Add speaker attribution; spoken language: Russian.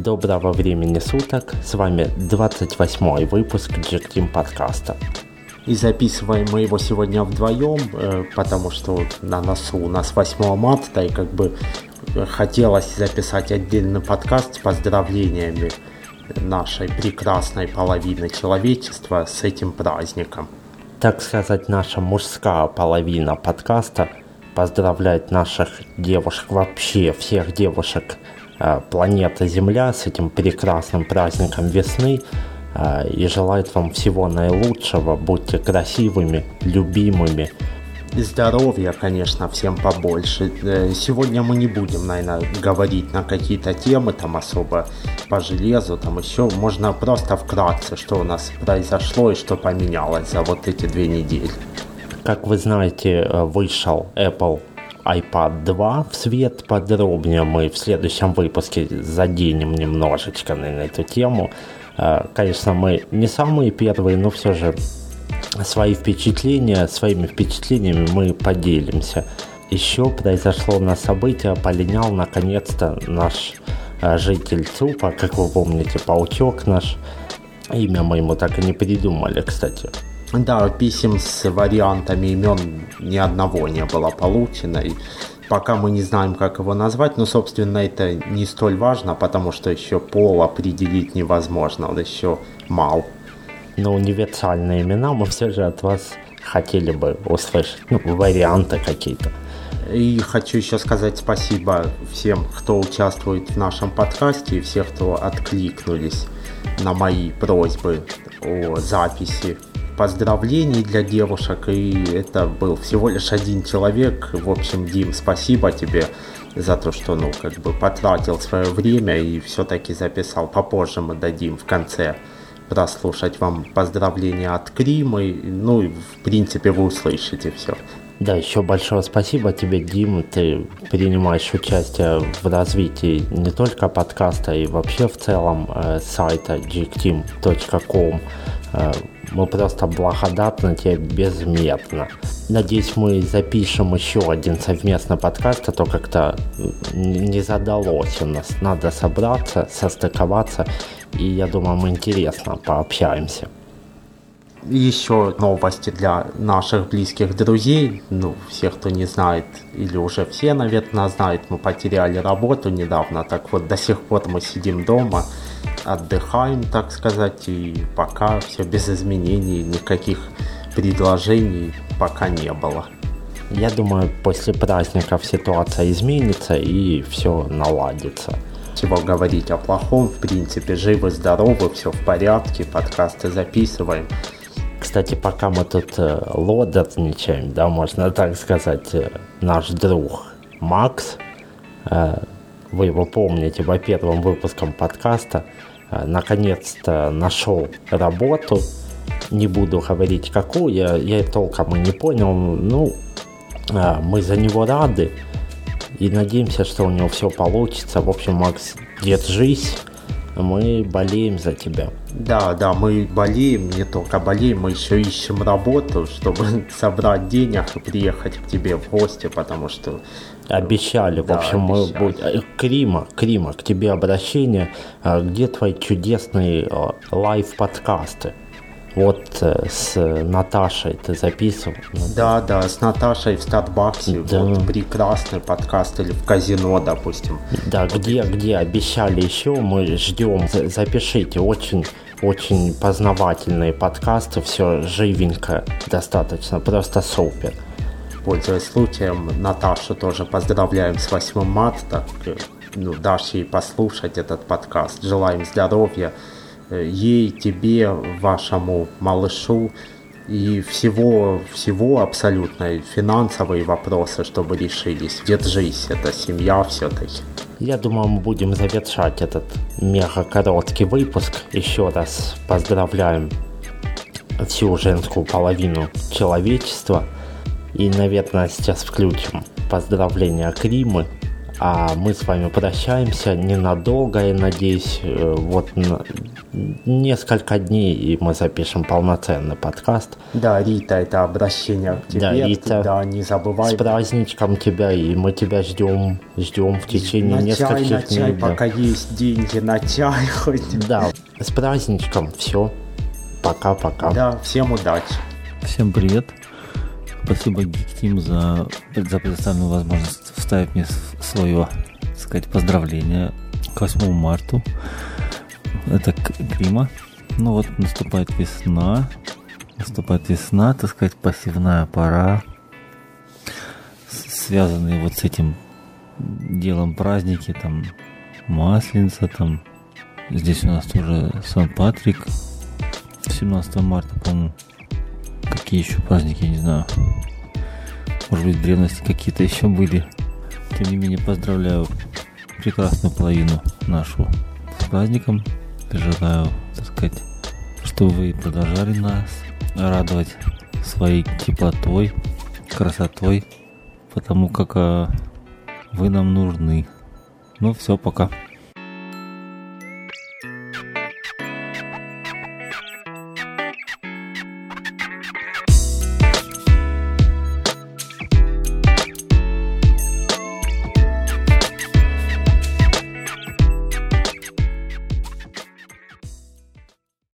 Speaker 1: Доброго времени суток, с вами 28-й выпуск G-Team подкаста. И записываем мы его сегодня вдвоем, потому что на носу у нас 8 марта, и хотелось записать отдельный подкаст с поздравлениями нашей прекрасной половины человечества с этим праздником. Так сказать, наша мужская половина подкаста поздравляет наших девушек, вообще всех девушек планеты Земля с этим прекрасным праздником весны и желает вам всего наилучшего. Будьте красивыми, любимыми. И здоровья, конечно, всем побольше. Сегодня мы не будем, наверное, говорить на какие-то темы там особо по железу, там еще. Можно просто вкратце, что у нас произошло и что поменялось за вот эти 2 недели. Как вы знаете, вышел Apple iPad 2 в свет. Подробнее мы в следующем выпуске заденем немножечко на эту тему. Конечно, мы не самые первые, но все же своими впечатлениями мы поделимся. Еще произошло на событие, полинял наконец-то наш житель ЦУПа, как вы помните, паучок наш. Имя мы ему так и не придумали, кстати. Да, писем с вариантами имен ни одного не было получено, и пока мы не знаем, как его назвать, но, собственно, это не столь важно, потому что еще пол определить невозможно, он еще мал. Но универсальные имена мы все же от вас хотели бы услышать, варианты какие-то. И хочу еще сказать спасибо всем, кто участвует в нашем подкасте, и всех, кто откликнулись на мои просьбы о записи поздравлений для девушек, и это был всего лишь 1 человек. В общем, Дим, спасибо тебе за то, что, потратил свое время и все-таки записал. Попозже мы дадим в конце прослушать вам поздравления от Кримы, и в принципе, вы услышите все. Да, еще большое спасибо тебе, Дим, ты принимаешь участие в развитии не только подкаста, и вообще в целом сайта gteam.com. Мы просто благодарны тебе безмерно. Надеюсь, мы запишем еще один совместный подкаст, а то как-то не задалось у нас. Надо собраться, состыковаться, и я думаю, мы интересно пообщаемся. Еще новости для наших близких друзей. Всех, кто не знает, или уже все, наверное, знают, мы потеряли работу недавно. Так вот, до сих пор мы сидим дома, отдыхаем, так сказать, и пока все без изменений, никаких предложений пока не было. Я думаю, после праздников ситуация изменится и все наладится. Чего говорить о плохом, в принципе, живы, здоровы, все в порядке, подкасты записываем. Кстати, пока мы тут лодерничаем, да, можно так сказать, наш друг Макс, вы его помните по первым выпускам подкаста, наконец-то нашел работу. Не буду говорить какую, я толком и не понял, мы за него рады и надеемся, что у него все получится. В общем, Макс, держись. Мы болеем за тебя. Да, мы болеем, не только болеем, мы еще ищем работу, чтобы собрать денег и приехать к тебе в гости, потому что... Обещали, в общем, обещали. Мы будем... Крима, к тебе обращение. Где твои чудесные лайв-подкасты? Вот с Наташей ты записывал. Да, с Наташей в Старбаксе. Да. Вот прекрасный подкаст, или в казино, допустим. Да, вот. Где обещали еще, мы ждем. Запишите, очень познавательные подкасты, все живенько достаточно, просто супер. Пользуясь случаем, Наташу тоже поздравляем с 8 марта. Дашь ей послушать этот подкаст. Желаем здоровья ей, тебе, вашему малышу и всего абсолютно, финансовые вопросы, чтобы решились. Держись, это семья все-таки. Я думаю, мы будем завершать этот мега короткий выпуск. Еще раз поздравляем всю женскую половину человечества. И, наверное, сейчас включим поздравления Кримы А мы с вами прощаемся ненадолго, я надеюсь, вот несколько дней, и мы запишем полноценный подкаст.
Speaker 2: Да, Рита, это обращение к тебе.
Speaker 1: Да, Рита,
Speaker 2: да, не забывай.
Speaker 1: С праздничком тебя, и мы тебя ждем в течение нескольких дней.
Speaker 2: На чай, пока есть деньги, на чай хоть.
Speaker 1: Да, с праздничком, все. Пока-пока.
Speaker 2: Да, всем удачи.
Speaker 3: Всем привет. Спасибо Geek Team за предоставленную возможность вставить мне свое, так сказать, поздравление к 8 марта. Это Крима. Ну вот наступает весна, так сказать, посевная пора. Связанные вот с этим делом праздники, там Масленица, там здесь у нас тоже Сан-Патрик 17 марта, по-моему. Какие еще праздники, я не знаю. Может быть, в древности какие-то еще были. Тем не менее, поздравляю прекрасную половину нашу с праздником. Желаю, так сказать, чтобы вы продолжали нас радовать своей теплотой, красотой, потому как вы нам нужны. Ну все, пока.